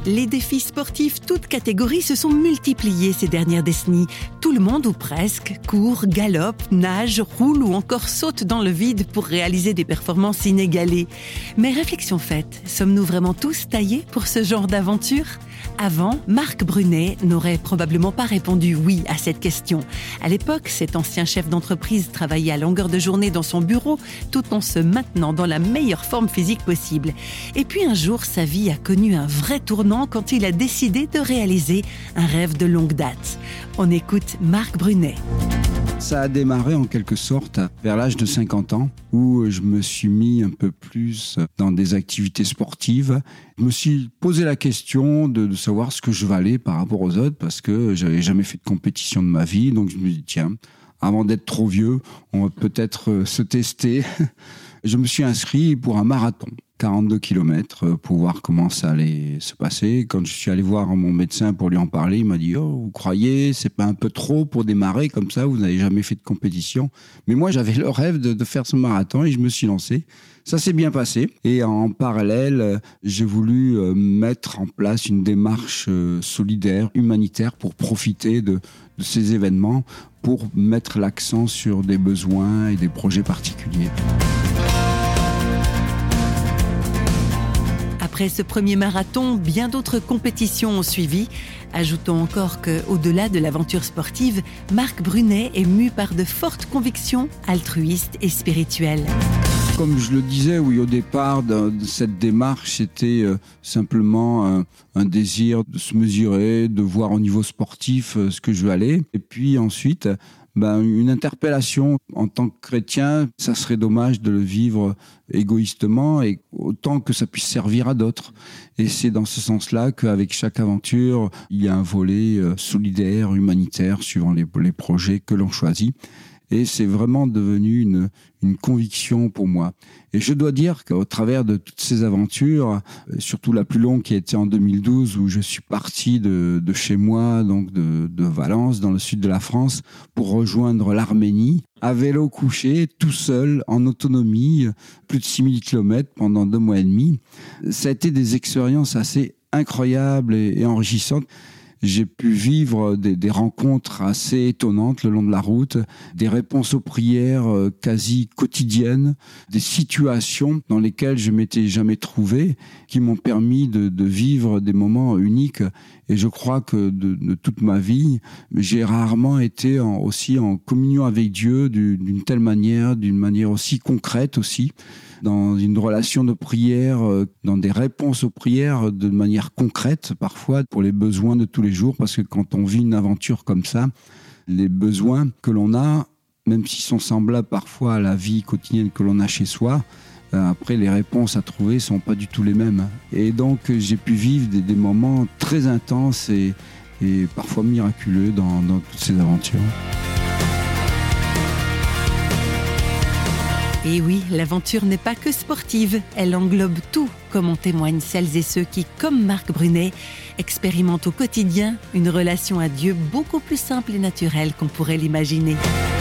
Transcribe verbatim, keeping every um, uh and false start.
Les défis sportifs, toutes catégories, se sont multipliés ces dernières décennies. Tout le monde, ou presque, court, galope, nage, roule ou encore saute dans le vide pour réaliser des performances inégalées. Mais réflexion faite, sommes-nous vraiment tous taillés pour ce genre d'aventure ? Avant, Marc Brunet n'aurait probablement pas répondu oui à cette question. À l'époque, cet ancien chef d'entreprise travaillait à longueur de journée dans son bureau tout en se maintenant dans la meilleure forme physique possible. Et puis un jour, sa vie a connu un vrai tournant quand il a décidé de réaliser un rêve de longue date. On écoute Marc Brunet. Ça a démarré en quelque sorte vers l'âge de cinquante ans où je me suis mis un peu plus dans des activités sportives. Je me suis posé la question de, de savoir ce que je valais par rapport aux autres parce que j'avais jamais fait de compétition de ma vie. Donc je me dis tiens, avant d'être trop vieux, on va peut-être se tester. Je me suis inscrit pour un marathon, quarante-deux kilomètres, pour voir comment ça allait se passer. Quand je suis allé voir mon médecin pour lui en parler, il m'a dit « Oh, vous croyez, c'est pas un peu trop pour démarrer comme ça, vous n'avez jamais fait de compétition ?» Mais moi, j'avais le rêve de, de faire ce marathon et je me suis lancé. Ça s'est bien passé. Et en parallèle, j'ai voulu mettre en place une démarche solidaire, humanitaire, pour profiter de, de ces événements, pour mettre l'accent sur des besoins et des projets particuliers. Après ce premier marathon, bien d'autres compétitions ont suivi. Ajoutons encore qu'au-delà de l'aventure sportive, Marc Brunet est mu par de fortes convictions altruistes et spirituelles. Comme je le disais, oui, au départ de cette démarche, c'était euh, simplement un, un désir de se mesurer, de voir au niveau sportif euh, ce que je veux aller. Et puis ensuite, ben, une interpellation en tant que chrétien, ça serait dommage de le vivre égoïstement et autant que ça puisse servir à d'autres. Et c'est dans ce sens-là qu'avec chaque aventure, il y a un volet euh, solidaire, humanitaire, suivant les, les projets que l'on choisit. Et c'est vraiment devenu une, une conviction pour moi. Et je dois dire qu'au travers de toutes ces aventures, surtout la plus longue qui a été en deux mille douze, où je suis parti de, de chez moi, donc de, de Valence, dans le sud de la France, pour rejoindre l'Arménie, à vélo couché, tout seul, en autonomie, plus de six mille kilomètres pendant deux mois et demi. Ça a été des expériences assez incroyables et, et enrichissantes. J'ai pu vivre des, des rencontres assez étonnantes le long de la route, des réponses aux prières quasi quotidiennes, des situations dans lesquelles je m'étais jamais trouvé, qui m'ont permis de, de vivre des moments uniques. Et je crois que de, de toute ma vie, j'ai rarement été en, aussi en communion avec Dieu d'une, d'une telle manière, d'une manière aussi concrète aussi, dans une relation de prière, dans des réponses aux prières de manière concrète parfois pour les besoins de tous les jours, parce que quand on vit une aventure comme ça, les besoins que l'on a, même s'ils sont semblables parfois à la vie quotidienne que l'on a chez soi, après les réponses à trouver ne sont pas du tout les mêmes. Et donc j'ai pu vivre des, des moments très intenses et, et parfois miraculeux dans, dans toutes ces aventures. Et oui, l'aventure n'est pas que sportive, elle englobe tout, comme en témoignent celles et ceux qui, comme Marc Brunet, expérimentent au quotidien une relation à Dieu beaucoup plus simple et naturelle qu'on pourrait l'imaginer.